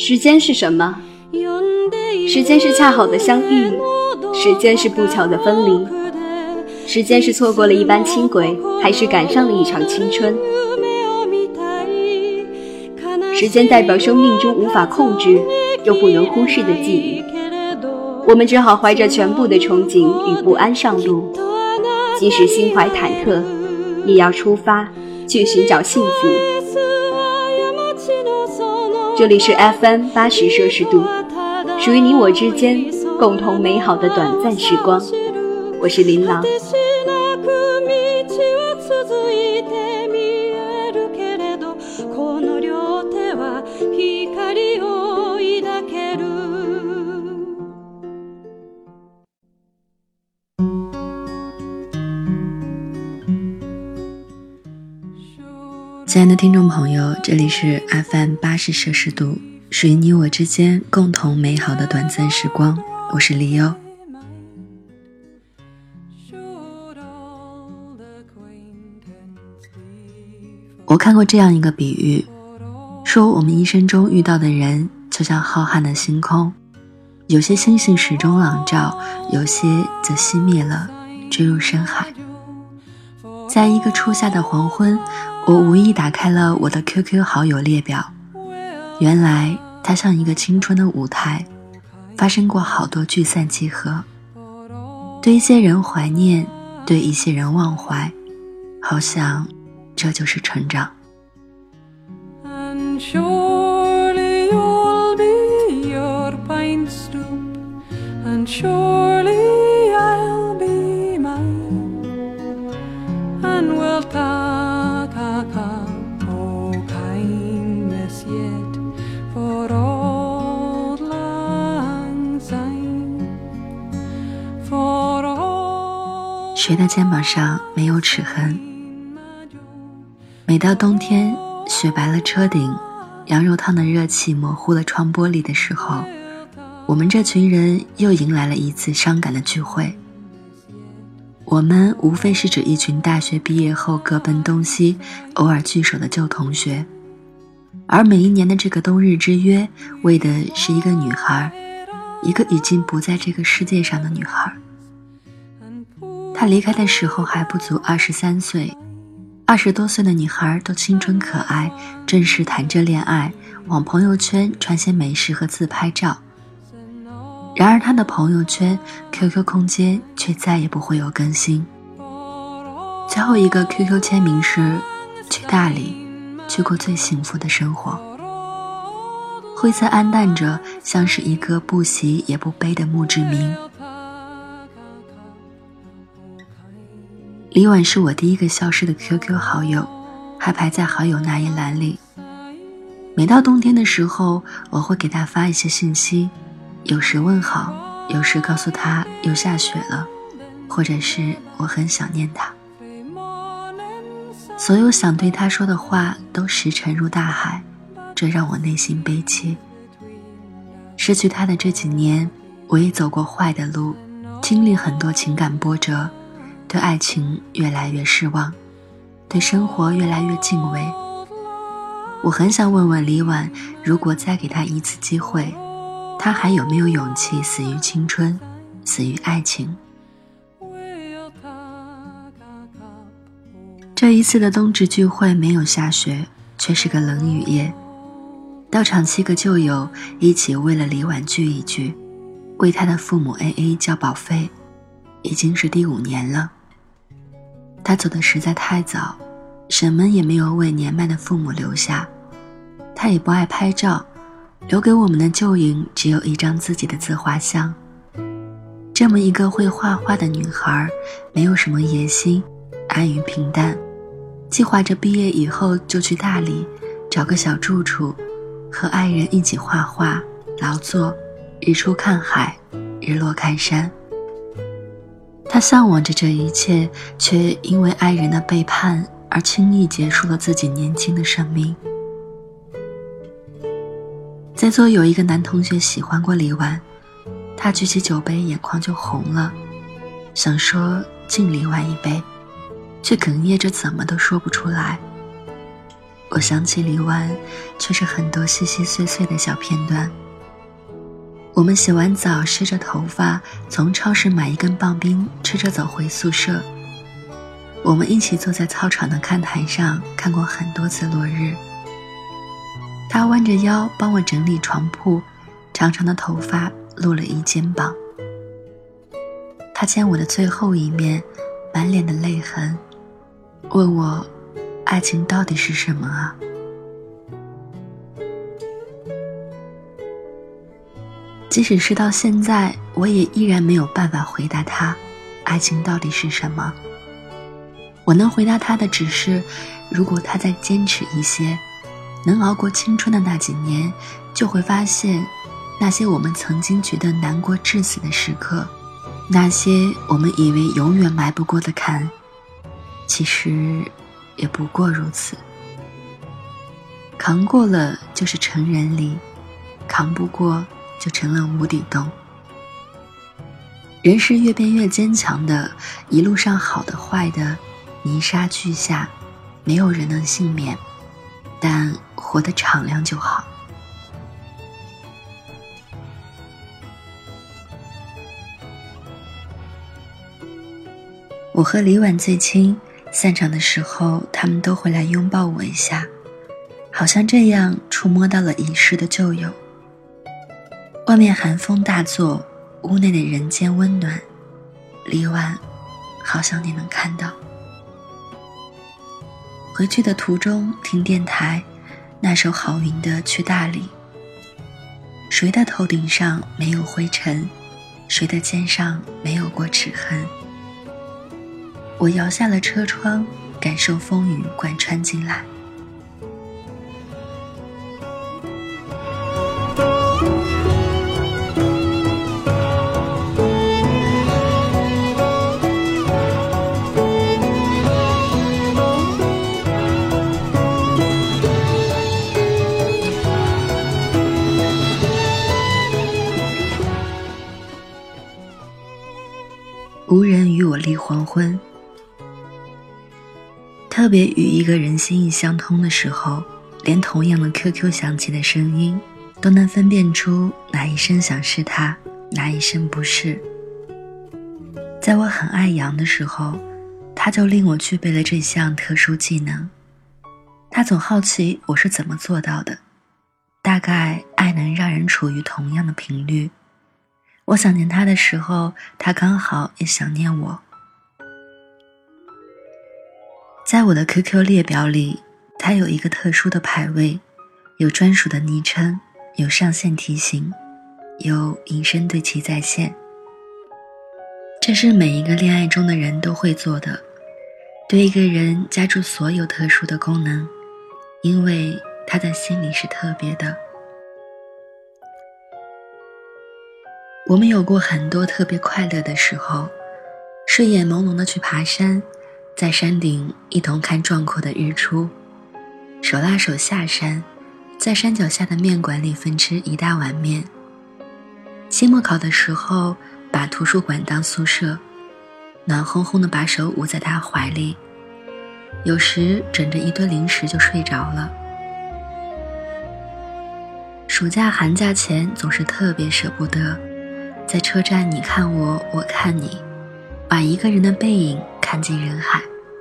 时间是什么？时间是恰好的相遇，时间是不巧的分离，时间是错过了一班轻轨，还是赶上了一场青春？时间代表生命中无法控制又不能忽视的记忆，我们只好怀着全部的憧憬与不安上路，即使心怀忐忑，也要出发去寻找幸福。这里是 FM 80摄氏度，属于你我之间共同美好的短暂时光。我是琳琅。 亲爱的听众朋友，这里是 FM 80摄氏度，属于你我之间共同美好的短暂时光。我是李优。我看过这样一个比喻，说我们一生中遇到的人就像浩瀚的星空，有些星星始终朗照，有些则熄灭了，坠入深海。在一个初夏的黄昏，我无意打开了我的 QQ 好友列表，原来它像一个青春的舞台，发生过好多聚散集合，对一些人怀念，对一些人忘怀，好像这就是成长。And surely you'll be your pine stoop, and surely I'll be mine, and we'll talk oh kindness yet for old lang syne, for old。 谁的肩膀上没有齿痕？每到冬天，雪白了车顶，羊肉汤的热气模糊了窗玻璃的时候，我们这群人又迎来了一次伤感的聚会。我们无非是指一群大学毕业后各奔东西，偶尔聚首的旧同学，而每一年的这个冬日之约，为的是一个女孩，一个已经不在这个世界上的女孩。她离开的时候还不足23岁，20多岁的女孩都青春可爱，正式谈着恋爱，往朋友圈传些美食和自拍照。然而她的朋友圈 QQ 空间却再也不会有更新。最后一个 QQ 签名是去大理，去过最幸福的生活。灰色暗淡着，像是一个不喜也不悲的墓志铭。李婉是我第一个消失的 QQ 好友，还排在好友那一栏里。每到冬天的时候，我会给他发一些信息，有时问好，有时告诉他又下雪了，或者是我很想念他。所有想对他说的话都石沉入大海，这让我内心悲戚。失去他的这几年，我也走过坏的路，经历很多情感波折，对爱情越来越失望，对生活越来越敬畏。我很想问问李婉，如果再给他一次机会，他还有没有勇气死于青春，死于爱情？这一次的冬至聚会没有下雪，却是个冷雨夜。到场7个旧友一起为了李婉聚一聚，为他的父母 AA 交保费，已经是第5年了。他走得实在太早，什么也没有为年迈的父母留下。他也不爱拍照，留给我们的旧影只有一张自己的自画像。这么一个会画画的女孩，没有什么野心，安于平淡，计划着毕业以后就去大理找个小住处，和爱人一起画画劳作，日出看海，日落看山。他向往着这一切，却因为爱人的背叛而轻易结束了自己年轻的生命。在座有一个男同学喜欢过李婉，他举起酒杯眼眶就红了，想说敬李婉一杯，却哽咽着怎么都说不出来。 我想起李婉却是很多细细碎碎的小片段。我们洗完澡湿着头发，从超市买一根棒冰，吃着走回宿舍。我们一起坐在操场的看台上，看过很多次落日。他弯着腰帮我整理床铺，长长的头发露了一肩膀。他见我的最后一面，满脸的泪痕，问我爱情到底是什么啊？即使是到现在，我也依然没有办法回答他爱情到底是什么。我能回答他的只是，如果他再坚持一些，能熬过青春的那几年，就会发现那些我们曾经觉得难过致死的时刻，那些我们以为永远迈不过的坎，其实也不过如此。扛过了就是成人礼，扛不过就成了无底洞。人是越变越坚强的，一路上好的坏的泥沙俱下，没有人能幸免，但活得敞亮就好。我和李婉最亲，散场的时候他们都会来拥抱我一下，好像这样触摸到了遗失的旧友。外面寒风大作，屋内的人间温暖，李婉，好想你能看到。回去的途中听电台，那首郝云的《去大理》。谁的头顶上没有灰尘，谁的肩上没有过齿痕。我摇下了车窗，感受风雨贯穿进来。无人与我立黄昏。特别与一个人心意相通的时候，连同样的 QQ 响起的声音都能分辨出哪一声想是他，哪一声不是。在我很爱羊的时候，他就令我具备了这项特殊技能。他总好奇我是怎么做到的，大概爱能让人处于同样的频率。我想念他的时候，他刚好也想念我。在我的 QQ 列表里，他有一个特殊的排位，有专属的昵称，有上线提醒，有隐身对其在线。这是每一个恋爱中的人都会做的，对一个人加注所有特殊的功能，因为他在心里是特别的。我们有过很多特别快乐的时候，睡眼朦胧地去爬山，在山顶一同看壮阔的日出，手拉手下山，在山脚下的面馆里分吃一大碗面。期末考的时候，把图书馆当宿舍，暖烘烘地把手捂在他怀里，有时枕着一堆零食就睡着了。暑假寒假前总是特别舍不得，在车站你看我，我看你，把一个人的背影看进人海。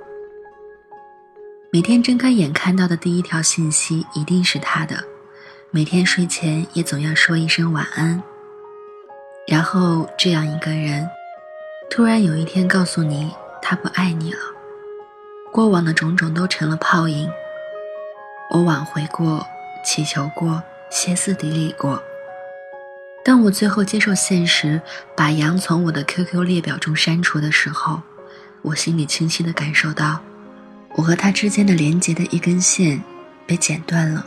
每天睁开眼看到的第一条信息一定是他的，每天睡前也总要说一声晚安。然后这样一个人，突然有一天告诉你他不爱你了，过往的种种都成了泡影。我挽回过，祈求过，歇斯底里过。当我最后接受现实，把羊从我的 QQ 列表中删除的时候，我心里清晰地感受到，我和他之间的连结的一根线被剪断了。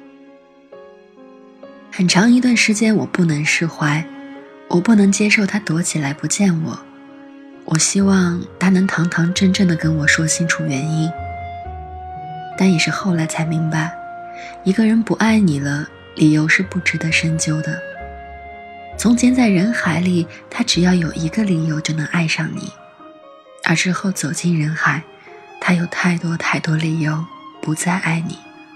很长一段时间我不能释怀，我不能接受他躲起来不见我，我希望他能堂堂正正地跟我说清楚原因。但也是后来才明白，一个人不爱你了，理由是不值得深究的。从前在人海里，他只要有一个理由就能爱上你，而之后走进人海，他有太多太多理由不再爱你。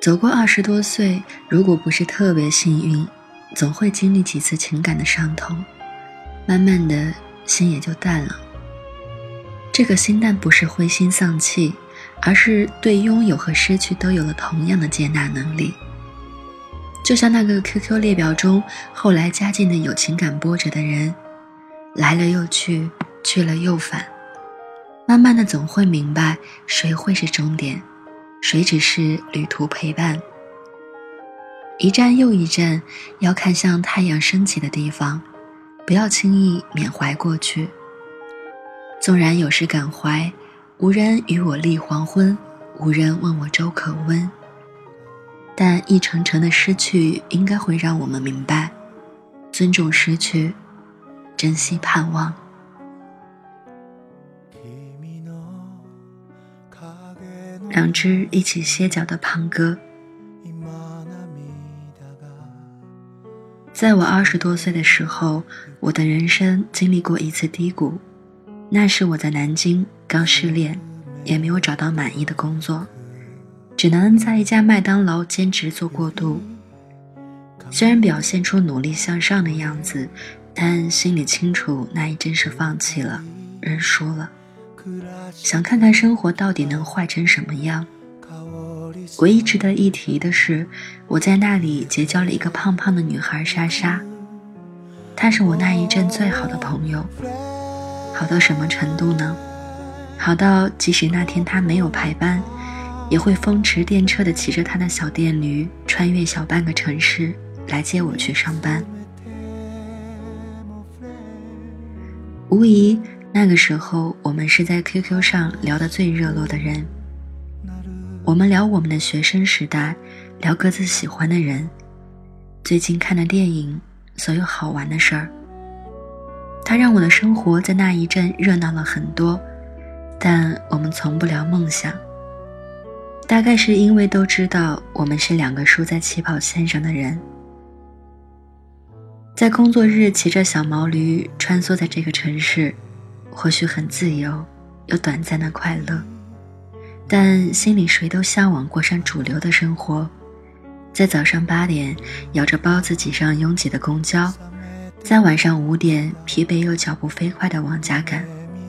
走过20多岁，如果不是特别幸运，总会经历几次情感的伤痛，慢慢的心也就淡了。这个心淡不是灰心丧气，而是对拥有和失去都有了同样的接纳能力。就像那个 QQ 列表中后来加进的有情感波折的人，来了又去，去了又返，慢慢的总会明白谁会是终点，谁只是旅途陪伴。一站又一站，要看向太阳升起的地方，不要轻易缅怀过去。纵然有时感怀，无人与我立黄昏，无人问我粥可温，但一程程的失去应该会让我们明白，尊重失去，珍惜盼望。两只一起歇脚的胖哥。在我20多岁的时候，我的人生经历过一次低谷。那时我在南京刚失恋，也没有找到满意的工作，只能在一家麦当劳兼职做过渡。虽然表现出努力向上的样子，但心里清楚那一阵是放弃了，认输了，想看看生活到底能坏成什么样。唯一值得一提的是，我在那里结交了一个胖胖的女孩莎莎，她是我那一阵最好的朋友。好到什么程度呢？好到即使那天她没有排班，也会风驰电掣地骑着她的小电驴，穿越小半个城市来接我去上班。无疑那个时候我们是在 QQ 上聊得最热络的人。我们聊我们的学生时代，聊各自喜欢的人，最近看的电影，所有好玩的事儿。它让我的生活在那一阵热闹了很多，但我们从不聊梦想。大概是因为都知道我们是两个输在起跑线上的人。在工作日骑着小毛驴穿梭在这个城市，或许很自由，有短暂的快乐，但心里谁都向往过上主流的生活，在早上8点咬着包子挤上拥挤的公交，在晚上5点疲惫又脚步飞快地往家赶。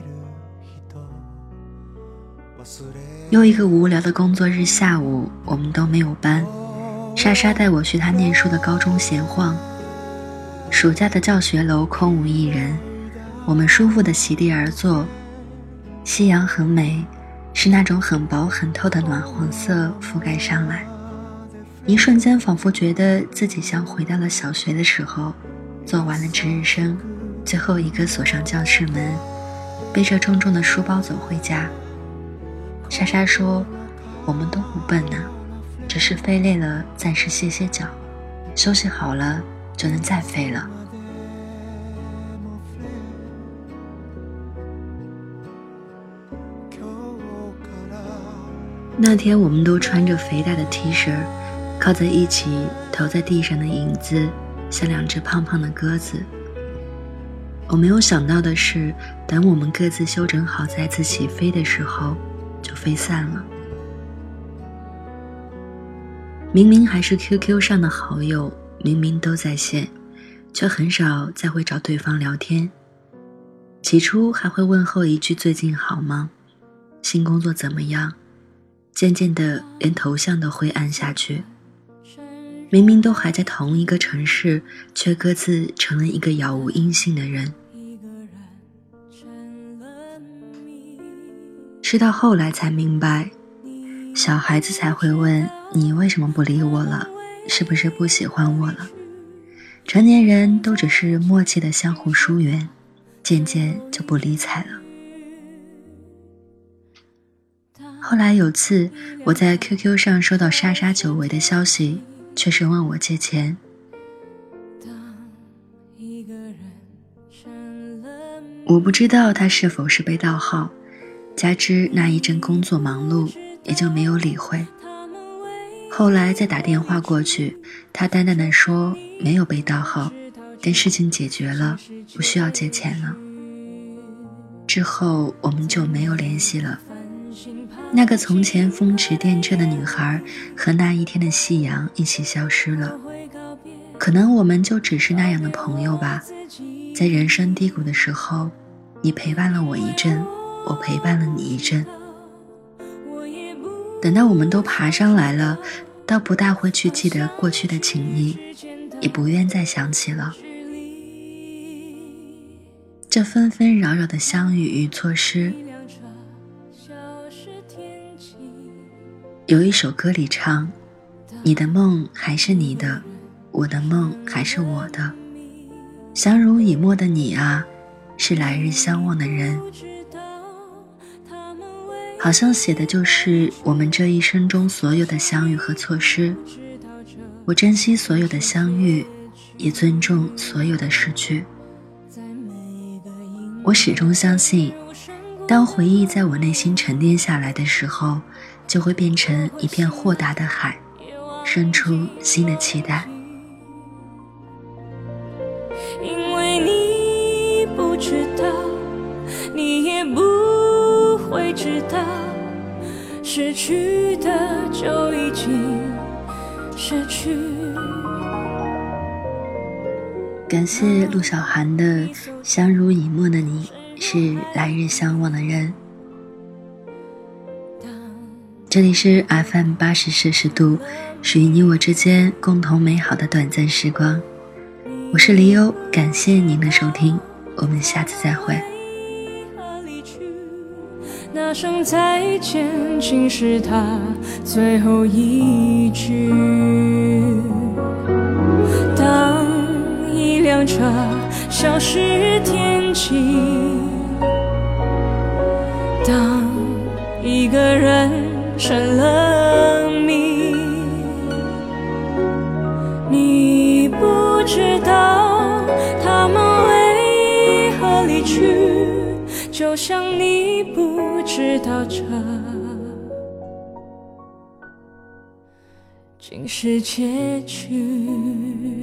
又一个无聊的工作日下午，我们都没有班，莎莎带我去她念书的高中闲晃。暑假的教学楼空无一人，我们舒服地席地而坐。夕阳很美，是那种很薄很透的暖黄色覆盖上来，一瞬间仿佛觉得自己像回到了小学的时候，做完了值日生，最后一个锁上教室门，背着重重的书包走回家。莎莎说，我们都不笨呢，只是飞累了暂时歇歇脚，休息好了就能再飞了。那天我们都穿着肥大的 T 恤，靠在一起，投在地上的影子像两只胖胖的鸽子。我没有想到的是，等我们各自修整好再次起飞的时候，就飞散了。明明还是 QQ 上的好友，明明都在线，却很少再会找对方聊天。起初还会问候一句最近好吗，新工作怎么样，渐渐的连头像都会按下去。明明都还在同一个城市，却各自成了一个杳无音信的人。是到后来才明白，小孩子才会问你为什么不理我了，是不是不喜欢我了。成年人都只是默契的相互疏远，渐渐就不理睬了。后来有次我在 QQ 上收到莎莎久违的消息，却是问我借钱。我不知道他是否是被盗号，加之那一阵工作忙碌，也就没有理会。后来再打电话过去，他淡淡的说没有被盗号，但事情解决了，不需要借钱了。之后我们就没有联系了。 那个从前风驰电掣的女孩和那一天的夕阳一起消失了。可能我们就只是那样的朋友吧，在人生低谷的时候，你陪伴了我一阵，我陪伴了你一阵。等到我们都爬上来了，倒不大会去记得过去的情谊，也不愿再想起了。这纷纷扰扰的相遇与错失，有一首歌里唱，你的梦还是你的，我的梦还是我的，相濡以沫的你啊，是来日相望的人。好像写的就是我们这一生中所有的相遇和错失。我珍惜所有的相遇，也尊重所有的失去。我始终相信，当回忆在我内心沉淀下来的时候，就会变成一片豁达的海，生出新的期待。 因为你不知道，你也不会知道，失去的就已经失去。 感谢陆小涵的相濡以沫的你，是来日相望的人。这里是 FM 80摄氏度，属于你我之间共同美好的短暂时光。我是黎欧，感谢您的收听，我们下次再会。 那声再见竟是他最后一句。当一辆车消失天际，当一个人生了命，你不知道他们为何离去，就像你不知道这竟是结局。